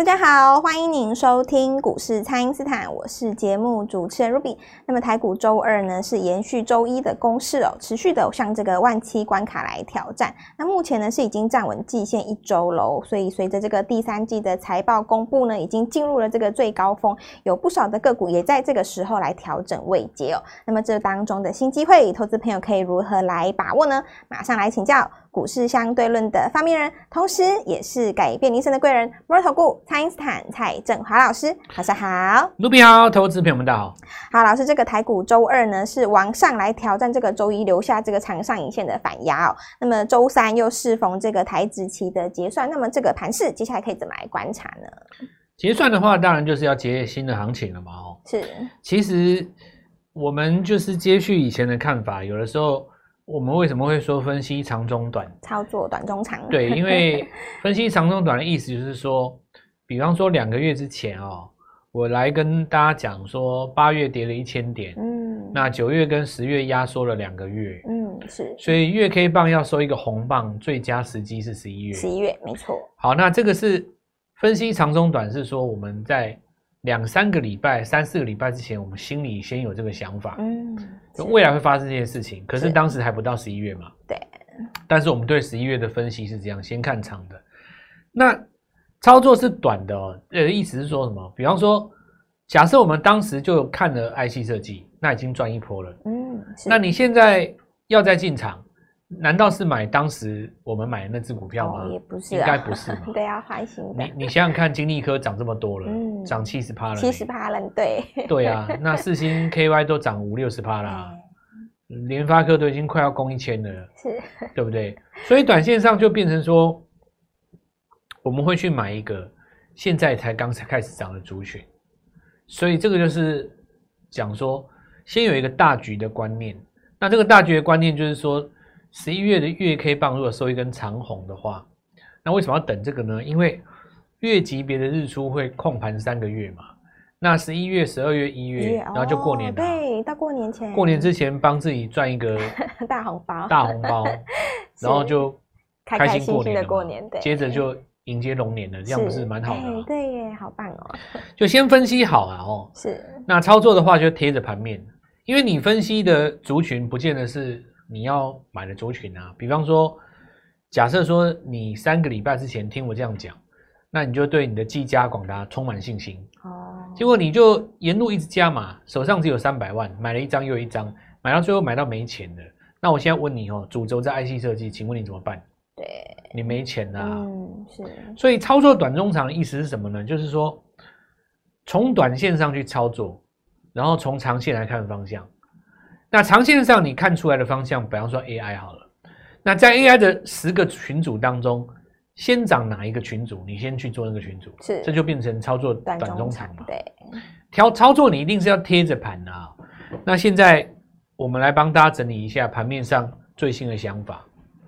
大家好，欢迎您收听股市蔡因斯坦，我是节目主持人 Ruby。那么台股周二呢是延续周一的攻势持续的向这个17000关卡来挑战。那目前呢是已经站稳季线1周喽，所以随着这个第三季的财报公布呢，已经进入了这个最高峰，有不少的个股也在这个时候来调整位阶那么这当中的新机会，投资朋友可以如何来把握呢？马上来请教股市相对论的发明人，同时也是改变人生的贵人摩尔投顾蔡因斯坦蔡正华老师，晚上好。 卢比好，投资朋友们大家好。 好，老师，这个台股周二呢是往上来挑战这个周一留下这个长上影线的反压那么周三又适逢这个台指期的结算，那么这个盘势接下来可以怎么来观察呢？ 结算的话，当然就是要接新的行情了嘛是。其实我们就是接续以前的看法，有的时候我们为什么会说分析长中短？操作短中长。对，因为分析长中短的意思就是说，比方说2个月之前我来跟大家讲说8月跌了1000点，那9月跟10月压缩了2个月，是，所以月 K 棒要收一个红棒，最佳时机是11月。11月，没错。好，那这个是分析长中短，是说我们在2-3个礼拜、3-4个礼拜之前，我们心里先有这个想法，未来会发生这件事情。可是当时还不到11月嘛，对。但是我们对11月的分析是这样，先看长的。那操作是短的意思是说什么？比方说，假设我们当时就看了 IC 设计，那已经赚一波了，那你现在要再进场，难道是买当时我们买的那只股票吗？也不是，应该不是嘛。对啊，换新的。你想想看，金利科涨这么多了，涨70%了，70%了，对。对啊，那世芯 KY 都涨50-60%啦，联发科都已经快要攻1000了，是，对不对？所以短线上就变成说，我们会去买一个现在才刚开始涨的族群，所以这个就是讲说，先有一个大局的观念。那这个大局的观念就是说，11月的月 K 棒如果收一根长红的话，那为什么要等这个呢？因为月级别的日出会控盘3个月嘛。那11月、12月、1月，然后就过年了。对，到过年前。过年之前帮自己赚一个大红包，然后就开心过年了嘛。过年，对。接着就迎接龙年了，这样不是蛮好的吗？对耶，好棒就先分析好是。那操作的话就贴着盘面，因为你分析的族群不见得是你要买的族群啊。比方说，假设说你3个礼拜之前听我这样讲，那你就对你的技嘉、广达充满信心结果你就沿路一直加码，手上只有300万，买了一张又一张，买到最后买到没钱了。那我现在问你主轴在 IC 设计，请问你怎么办？对，你没钱啦。是。所以操作短中长的意思是什么呢？就是说从短线上去操作，然后从长线来看方向。那长线上你看出来的方向，比方说 AI 好了，那在 AI 的10个群组当中，先涨哪一个群组，你先去做那个群组，是，这就变成操作短中长嘛。对，操作你一定是要贴着盘那现在我们来帮大家整理一下盘面上最新的想法。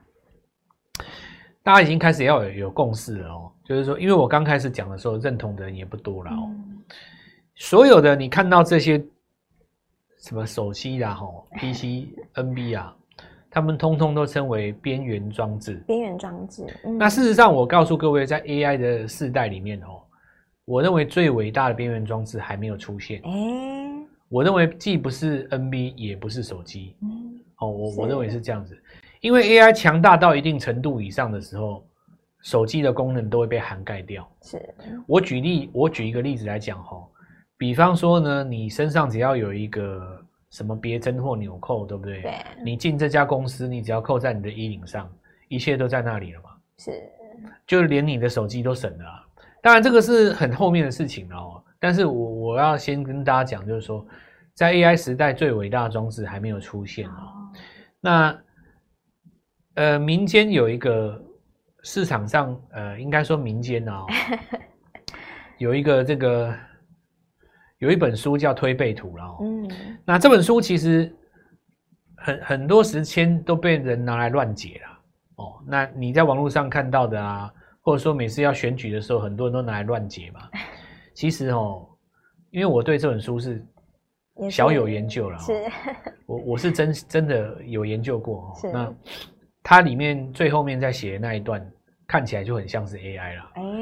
大家已经开始要有共识了就是说，因为我刚开始讲的时候，认同的人也不多了所有的你看到这些什么手机啦PC、NB 他们通通都称为边缘装置。边缘装置。那事实上，我告诉各位，在 AI 的世代里面我认为最伟大的边缘装置还没有出现。我认为既不是 NB 也不是手机。我认为是这样子，因为 AI 强大到一定程度以上的时候，手机的功能都会被涵盖掉。是。我举一个例子来讲比方说呢，你身上只要有一个什么别针或纽扣，对不对？对。你进这家公司，你只要扣在你的衣领上，一切都在那里了嘛。是。就连你的手机都省了当然，这个是很后面的事情了但是我要先跟大家讲，就是说，在 AI 时代最伟大的装置还没有出现那民间有一个市场上应该说民间有一个有一本书叫推背图了那这本书其实很多时间都被人拿来乱解了那你在网络上看到的或者说每次要选举的时候，很多人都拿来乱解嘛。其实因为我对这本书是小有研究了我是真的有研究过那它里面最后面在写的那一段看起来就很像是 AI 啦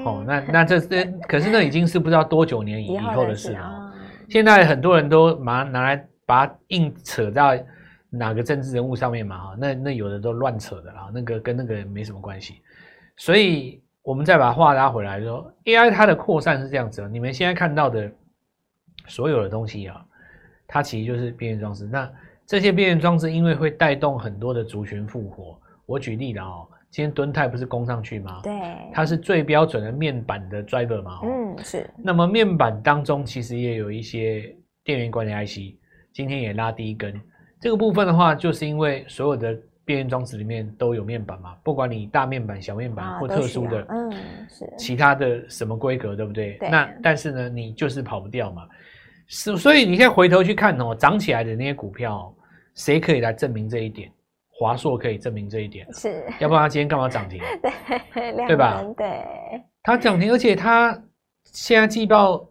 那可是那已经是不知道多久年以后的事了。现在很多人都拿来把它硬扯到哪个政治人物上面嘛，那有的都乱扯的啦，那个跟那个没什么关系。所以我们再把话拉回来说 ，AI 它的扩散是这样子，你们现在看到的所有的东西啊，它其实就是边缘装置。那这些边缘装置因为会带动很多的族群复活。我举例了今天敦泰不是攻上去吗？ 对， 它是最标准的面板的 driver 嘛。 是。 那么面板当中其实也有一些电源管理 IC， 今天也拉第一根。这个部分的话，就是因为所有的边缘装置里面都有面板嘛，不管你大面板、小面板或特殊的， 是其他的什么规格，对不对？那但是呢，你就是跑不掉嘛。所以你现在回头去看涨起来的那些股票，谁可以来证明这一点？华硕可以证明这一点， 是， 要不然它今天干嘛涨停？ 对吧？ 对， 它涨停，而且它现在季报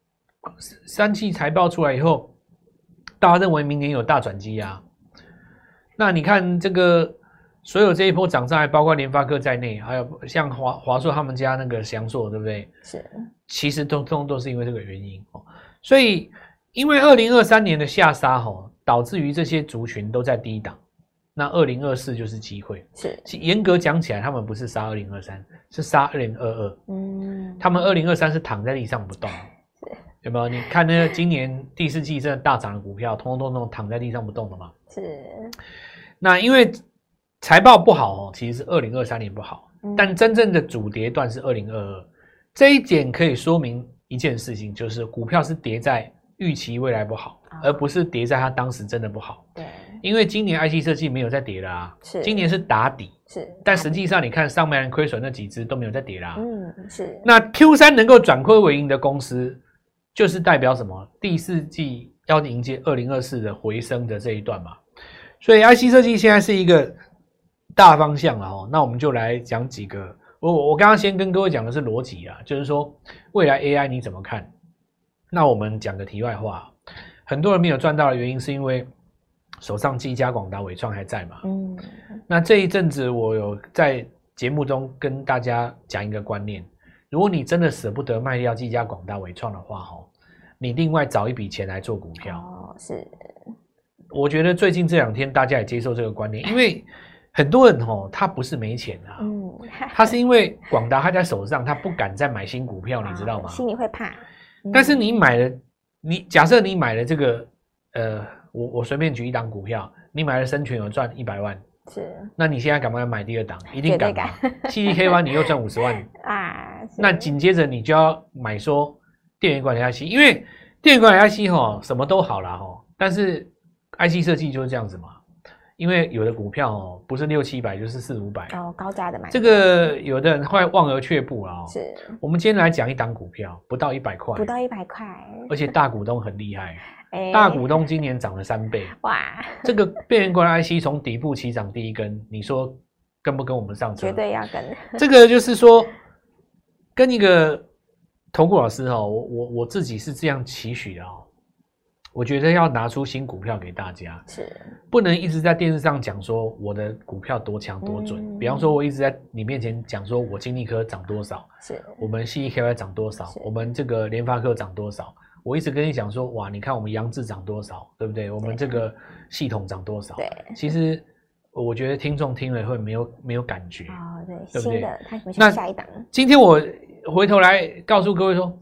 3季财报出来以后，大家认为明年有大转机啊。那你看这个所有这一波涨上来，包括联发科在内，还有像华硕他们家那个翔硕，对不对？ 是， 其实都是因为这个原因所以因为2023年的下杀导致于这些族群都在低档。那2024就是机会， 是严格讲起来，他们不是杀2023，是杀2022。他们2023是躺在地上不动，有没有？你看那个今年第4季真的大涨的股票，通通躺在地上不动的嘛？ 是。 那因为财报不好其实是2023年不好，但真正的主跌段是2022。这一点可以说明一件事情，就是股票是跌在预期未来不好，而不是跌在它当时真的不好。 对。因为今年 IC 设计没有在跌啦， 是今年是打底， 是， 但实际上你看上半年亏损那几只都没有在跌啦， 是。那 Q3 能够转亏为盈的公司，就是代表什么？第4季要迎接2024的回升的这一段嘛。所以 IC 设计现在是一个大方向了那我们就来讲几个。我刚刚先跟各位讲的是逻辑啊，就是说未来 AI 你怎么看？那我们讲个题外话，很多人没有赚到的原因是因为手上技嘉、广达、伟创还在嘛？那这一阵子我有在节目中跟大家讲一个观念：如果你真的舍不得卖掉技嘉、广达、伟创的话，你另外找一笔钱来做股票。 是。 我觉得最近这2天大家也接受这个观念，因为很多人他不是没钱啊，他是因为广达他在手上，他不敢再买新股票，你知道吗？ 心里会怕。 但是你买了，假设你买了这个我随便举一档股票，你买了深全有赚100万， 是， 那你现在敢不敢买第2档？一定敢嘛！CDK1 你又赚50万啊！那紧接着你就要买说电源管理 IC， 因为电源管理 IC 什么都好啦但是 IC 设计就是这样子嘛。因为有的股票不是600-700就是400-500 高价的买， 这个有的人会望而却步了是， 我们今天来讲一档股票，不到100块， 不到100块， 而且大股东很厉害。大股东今年涨了3倍， 哇！ 这个电源管理 IC 从底部起涨第一根，你说跟不跟我们上车？ 绝对要跟。 这个就是说，跟一个投顾老师我自己是这样期许的我觉得要拿出新股票给大家， 是不能一直在电视上讲说我的股票多强多准。比方说，我一直在你面前讲说我金立科涨多少， 是我们CDKY涨多少，我们这个联发科涨多少。我一直跟你讲说，哇，你看我们扬智涨多少，对不对？我们这个系统涨多少？ 对， 其实我觉得听众听了会没有感觉对不对？新的，那下一档。 今天我回头来告诉各位说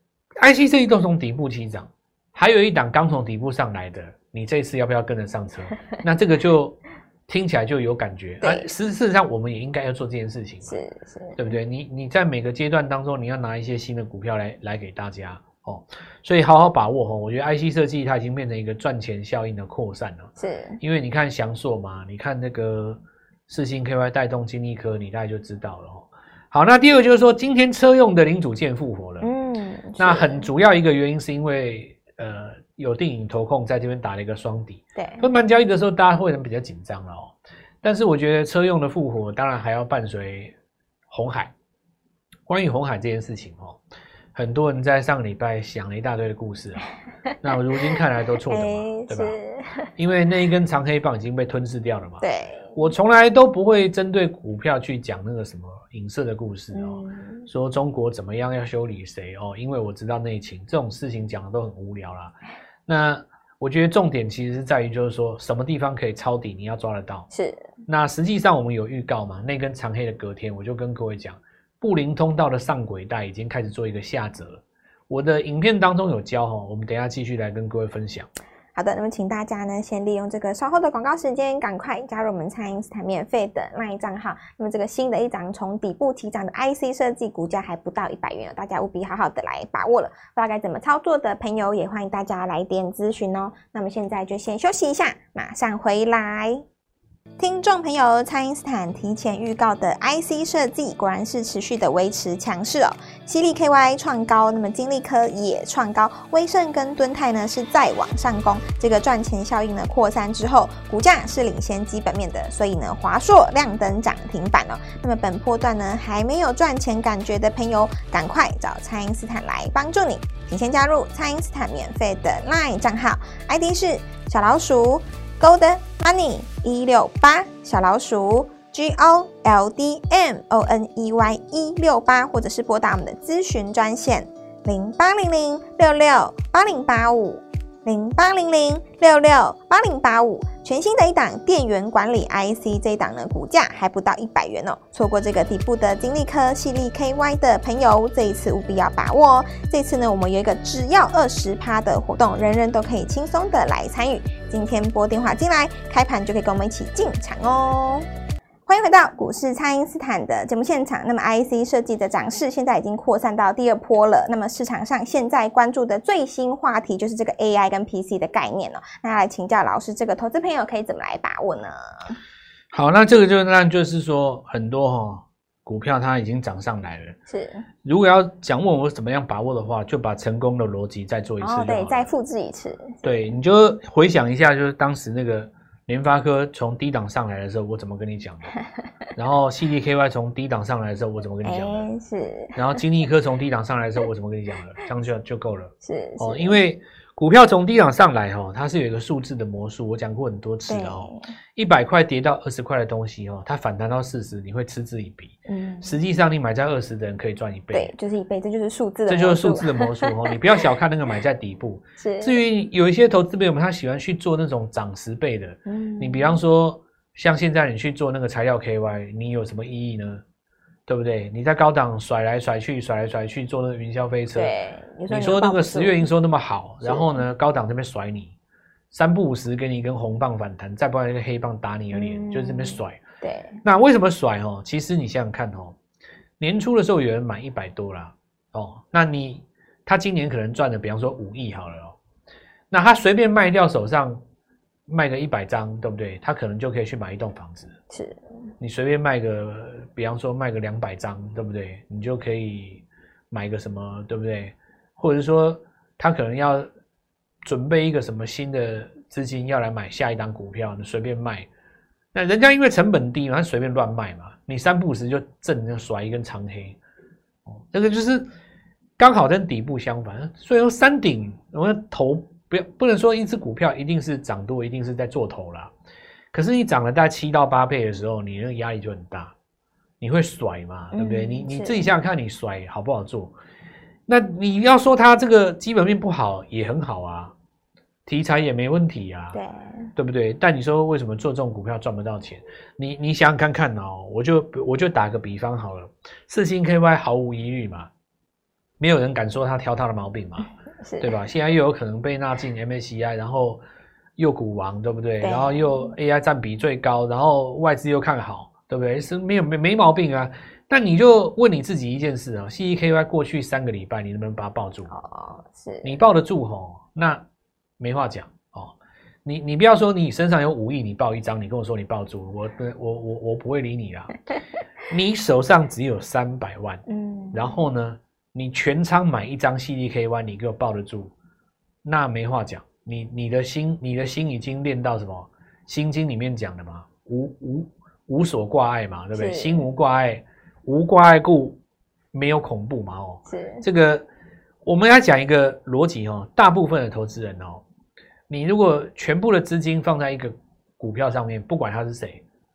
，IC 设计都从底部起涨，还有一档刚从底部上来的，你这一次要不要跟着上车？那这个就听起来就有感觉。事实上，我们也应该要做这件事情， 是， 对不对？你在每个阶段当中，你要拿一些新的股票来给大家。所以好好把握我觉得 IC 设计它已经变成一个赚钱效应的扩散了。 是， 因为你看翔硕嘛，你看那个世芯 KY 带动金立科，你大概就知道了好，那第二个就是说，今天车用的零组件复活了。那很主要一个原因是因为有定影投控在这边打了一个双底。 对， 分盘交易的时候，大家会比较紧张了但是我觉得车用的复活，当然还要伴随鸿海。关于鸿海这件事情很多人在上个礼拜想了一大堆的故事那如今看来都错的嘛，对吧？因为那一根长黑棒已经被吞噬掉了嘛。 对。 我从来都不会针对股票去讲那个什么影射的故事哦，说中国怎么样要修理谁哦，因为我知道内情，这种事情讲的都很无聊啦。那我觉得重点其实是在于就是说什么地方可以抄底，你要抓得到。 是。 那实际上我们有预告嘛，那根长黑的隔天，我就跟各位讲，布林通道的上轨带已经开始做一个下折了。我的影片当中有教哦，我们等一下继续来跟各位分享。 好的，那么请大家呢，先利用这个稍后的广告时间，赶快加入我们蔡因斯坦免费的 LINE 账号。那么这个新的一档从底部起涨的 IC 设计，股价还不到100元，大家务必好好的来把握了。不知道该怎么操作的朋友，也欢迎大家来电咨询哦。那么现在就先休息一下，马上回来。听众朋友，蔡因斯坦提前预告的 IC 设计果然是持续的维持强势哦。矽力 KY 创高，那么金利科也创高，威盛跟敦泰呢是再往上攻，这个赚钱效应呢扩散之后，股价是领先基本面的，所以呢华硕亮灯涨停板哦。那么本波段呢还没有赚钱感觉的朋友，赶快找蔡因斯坦来帮助你，请先加入蔡因斯坦免费的 LINE 账号 ，ID 是小老鼠Gold Money 168小老鼠 GOLDMONEY 168，或者是拨打我们的咨询专线0800668085 0800668085。全新的一档电源管理 IC， 这一档呢股价还不到100元哦。错过这个底部的金利科、矽力 KY 的朋友，这一次务必要把握哦。这次呢，我们有一个只要20%的活动，人人都可以轻松的来参与。今天拨电话进来，开盘就可以跟我们一起进场哦。欢迎回到股市蔡因斯坦的节目现场。那么 IC 设计的涨势现在已经扩散到第二波了。那么市场上现在关注的最新话题就是这个 AI 跟 PC 的概念哦。那来请教老师，这个投资朋友可以怎么来把握呢？ 好，那这个就是说很多股票它已经涨上来了。是，如果要讲问我怎么样把握的话，就把成功的逻辑再做一次就好了。 对，再复制一次。 对，你就回想一下，就是当时那个联发科从低档上来的时候，我怎么跟你讲的？然后矽力 KY 从低档上来的时候，我怎么跟你讲的？是。然后金利科从低档上来的时候，我怎么跟你讲的？这样就够了。是。因为股票从低档上来它是有一个数字的魔术，我讲过很多次了100块跌到20块的东西它反弹到40，你会嗤之以鼻。实际上你买在20的人可以赚1倍。 对，就是1倍，这就是数字的魔术。 这就是数字的魔术你不要小看那个买在底部。是。至于有一些投资朋友们他喜欢去做那种涨10倍的，你比方说像现在你去做那个材料 KY， 你有什么意义呢？对不对？你在高档甩来甩去做那个云霄飞车，对，你说那个10月营收那么好，然后呢高档这边甩你3不5时给你一根红棒反弹，再不然一个黑棒打你的脸，就是这边甩。对，那为什么甩其实你想想看年初的时候有人买100多啦那他今年可能赚了比方说5亿好了那他随便卖掉手上卖个100张，对不对？他可能就可以去买一栋房子。是，你随便卖个，比方说卖个200张，对不对？你就可以买个什么，对不对？或者说他可能要准备一个什么新的资金要来买下一档股票，你随便卖。那人家因为成本低嘛，他随便乱卖嘛，你3不5时就正甩一根长黑。这个就是刚好跟底部相反，所以说山顶我们头。不能说一只股票一定是涨多，一定是在做头啦。可是你涨了大概7到8倍的时候，你那个压力就很大，你会甩嘛，对不对？你自己想想看，你甩好不好做？那你要说它这个基本面不好，也很好啊，题材也没问题啊，对不对？但你说为什么做这种股票赚不到钱？你想想看看我就打个比方好了，世芯 KY 毫无疑虑嘛，没有人敢说他挑他的毛病嘛。对吧？现在又有可能被纳进 MSCI， 然后又股王，对不对？然后又 AI 占比最高，然后外资又看好，对不对？是没毛病啊。但你就问你自己一件事矽力 KY 过去3个礼拜，你能不能把它抱住？是你抱得住那没话讲你不要说你身上有5亿，你抱1张，你跟我说你抱住，我不会理你啦。你手上只有300万，然后呢？你全仓买1张矽力 KY， 你给我抱得住，那没话讲。你的心已经练到什么？心经里面讲的嘛，无所挂碍嘛，对不对？心无挂碍，无挂碍故没有恐怖嘛是这个我们要讲一个逻辑大部分的投资人你如果全部的资金放在一个股票上面，不管他是谁，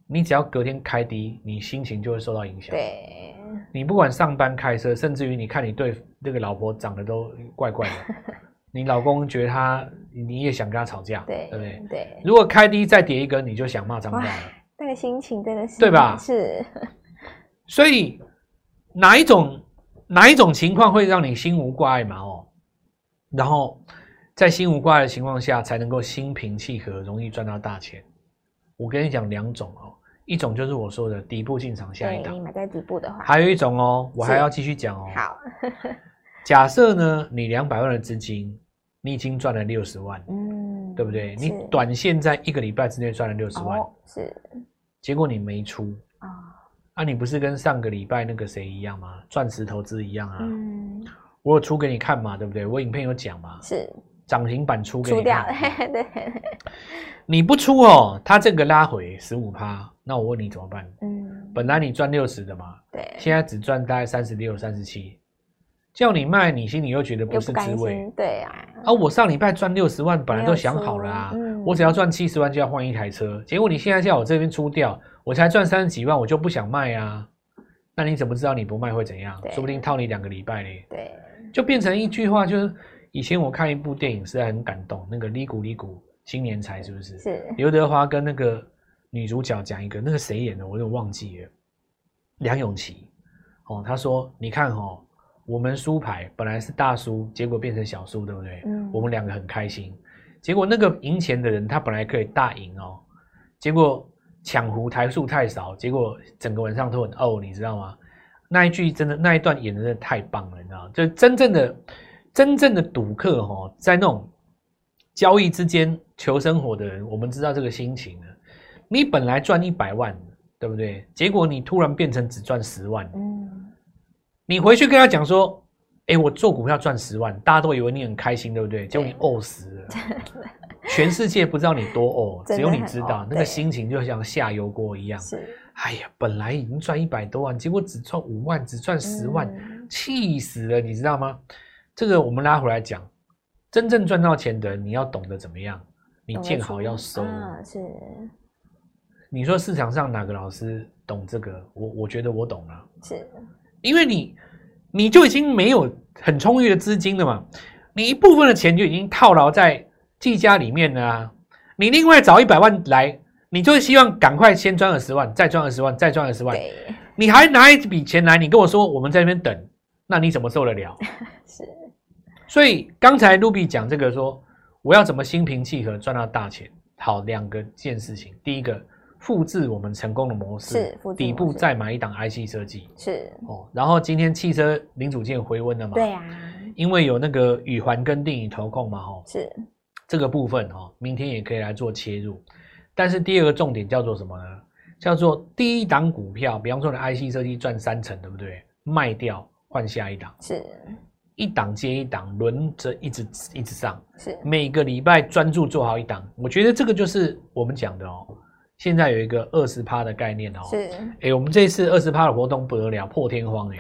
你只要隔天开低，你心情就会受到影响。 对， 你不管上班开车，甚至于你看你对这个老婆长得都怪怪的，你老公觉得你也想跟他吵架，对不对？ 对。 如果开低再跌一根，你就想骂脏话了。 那个心情真的是， 对吧？ 是。 所以哪一种情况会让你心无挂碍嘛？然后在心无挂碍的情况下，才能够心平气和，容易赚到大钱。我跟你讲2种一种就是我说的底部进场下一档， 你买在底部的话， 还有一种我还要继续讲好， 假设呢，你200万的资金，你已经赚了60万，对不对？你短线在1个礼拜之内赚了60万， 是， 结果你没出你不是跟上个礼拜那个谁一样吗？钻石投资一样啊，我有出给你看嘛，对不对？我影片有讲嘛， 是。 涨停板出给你看， 对， 你不出它这个拉回15%，那我问你怎么办？本来你赚60的嘛， 对， 现在只赚大概36、37，叫你卖，你心里又觉得不是滋味， 对啊。 我上礼拜赚60万，本来都想好了我只要赚70万就要换一台车，结果你现在叫我这边出掉，我才赚30几万，我就不想卖啊。那你怎么知道你不卖会怎样？说不定套你2个礼拜嘞。 对， 就变成一句话，就是以前我看一部电影实在很感动，那个哩咕新年财是不是？ 是刘德华跟那个女主角讲一个，那个谁演的我有点忘记了，梁咏琪他说你看我们输牌本来是大输，结果变成小输，对不对？我们2个很开心，结果那个赢钱的人他本来可以大赢结果抢胡台数太少，结果整个晚上都很你知道吗？那一句真的，那一段演的真的太棒了，你知道吗？就真正的赌客在那种交易之间求生活的人，我们知道这个心情了。你本来赚100万，对不对？结果你突然变成只赚10万，你回去跟他讲说，我做股票赚10万，大家都以为你很开心，对不对？结果你死了，全世界不知道你多只有你知道，那个心情就像下油锅一样。哎呀，本来已经赚100多万，结果只赚5万，只赚10万，气死了，你知道吗？这个我们拉回来讲，真正赚到钱的人，你要懂得怎么样，你见好要收。 是。 你说市场上哪个老师懂这个？我觉得我懂了。 是。 因为你就已经没有很充裕的资金了嘛，你一部分的钱就已经套牢在技嘉里面了啊。你另外找100万来，你就希望赶快先赚20万，再赚20万，再赚20万。你还拿一笔钱来，你跟我说我们在那边等，那你怎么受得了？ 是。 所以刚才 Ruby 讲这个说，我要怎么心平气和赚到大钱？好，2件事情，第一个。复制我们成功的模式，底部再买一档 IC 设计， 是然后今天汽车零组件回温了嘛？ 对啊， 因为有那个宇环跟定宇投控嘛， 是这个部分明天也可以来做切入。但是第二个重点叫做什么呢？叫做第一档股票，比方说你 IC 设计赚3成，对不对？卖掉换下一档， 是一档接一档，轮着一直上， 是每个礼拜专注做好一档。我觉得这个就是我们讲的现在有一个20%的概念是，我们这一次20%的活动不得了，破天荒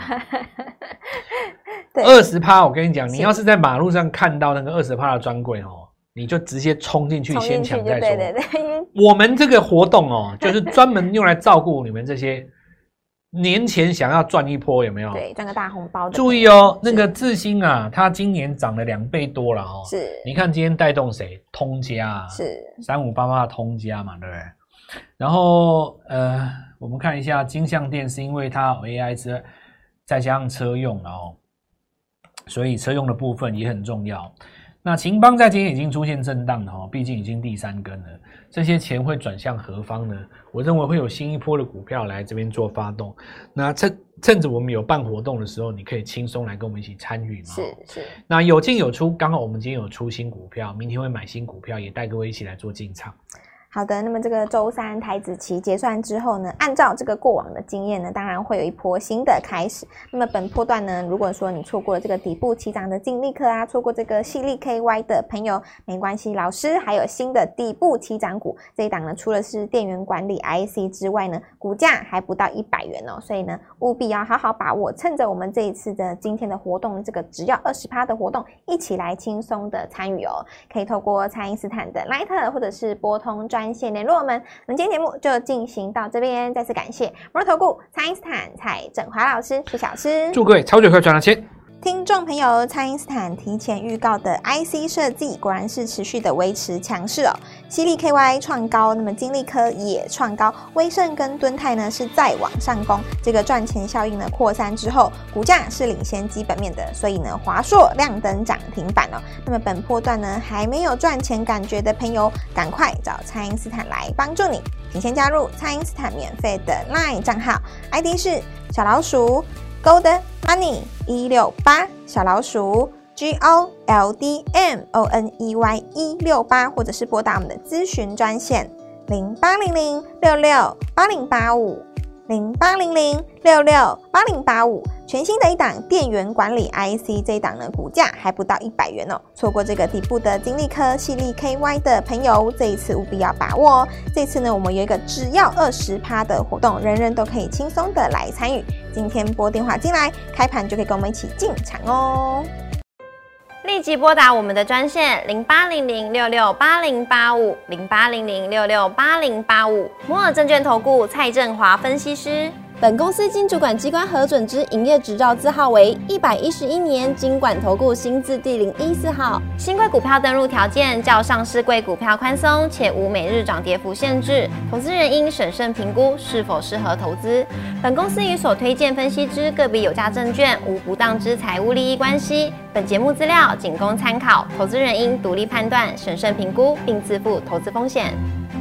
20%，我跟你讲，你要是在马路上看到那个20%的专柜你就直接冲进去先抢再说。对，我们这个活动就是专门用来照顾你们这些年前想要赚一波，有没有？ 对，赚个大红包的。注意那个智新啊，它今年涨了2倍多了是，你看今天带动谁？通家是 3588的通家嘛，对不对？然后我们看一下金像电，是因为它有 AI 再加上车用了所以车用的部分也很重要。那勤邦在今天已经出现震荡了毕竟已经第3根了，这些钱会转向何方呢？我认为会有新一波的股票来这边做发动。那趁着我们有办活动的时候，你可以轻松来跟我们一起参与嘛。 是。 那有进有出，刚好我们今天有出新股票，明天会买新股票，也带各位一起来做进场。 好的，那么这个周3台指期结算之后呢，按照这个过往的经验呢，当然会有一波新的开始。那么本波段呢，如果说你错过了这个底部起涨的净利科啊，错过这个矽力 KY 的朋友，没关系，老师还有新的底部起涨股。这一档呢，除了是电源管理 IC 之外呢，股价还不到100元所以呢，务必要好好把握，趁着我们这一次的今天的活动，这个只要20%的活动，一起来轻松的参与可以透过蔡因斯坦的 Line 或者是拨通专专线联络我们。那么今天节目就进行到这边，再次感谢摩尔投顾蔡因斯坦蔡正华老师、徐老师， 祝各位操作快赚到钱。 听众朋友，蔡因斯坦提前预告的 IC 设计果然是持续的维持强势哦。矽力 KY 创高，那么金利科也创高，威盛跟敦泰呢是再往上攻，这个赚钱效应呢扩散之后，股价是领先基本面的，所以呢华硕亮灯涨停板哦。那么本波段呢还没有赚钱感觉的朋友，赶快找蔡因斯坦来帮助你，请先加入蔡因斯坦免费的 LINE 账号 ，ID 是小老鼠Gold Money 168，小老鼠 GOLDMONEY 168，或者是拨打我们的咨询专线0800668085，0800668085。全新的一档电源管理 IC， 这一档呢股价还不到100元哦。错过这个底部的金利科、矽力 KY 的朋友，这一次务必要把握哦。这次呢，我们有一个只要20%的活动，人人都可以轻松的来参与。今天拨电话进来，开盘就可以跟我们一起进场哦。 立即拨打我们的专线0800668085，0800668085。摩尔证券投顾蔡正华分析师。本公司经主管机关核准之营业执照字号为111年金管投顾新字第014号。新贵股票登录条件较上市贵股票宽松，且无每日涨跌幅限制。投资人应审慎评估是否适合投资。本公司与所推荐分析之个别有价证券无不当之财务利益关系。本节目资料仅供参考，投资人应独立判断、审慎评估，并自负投资风险。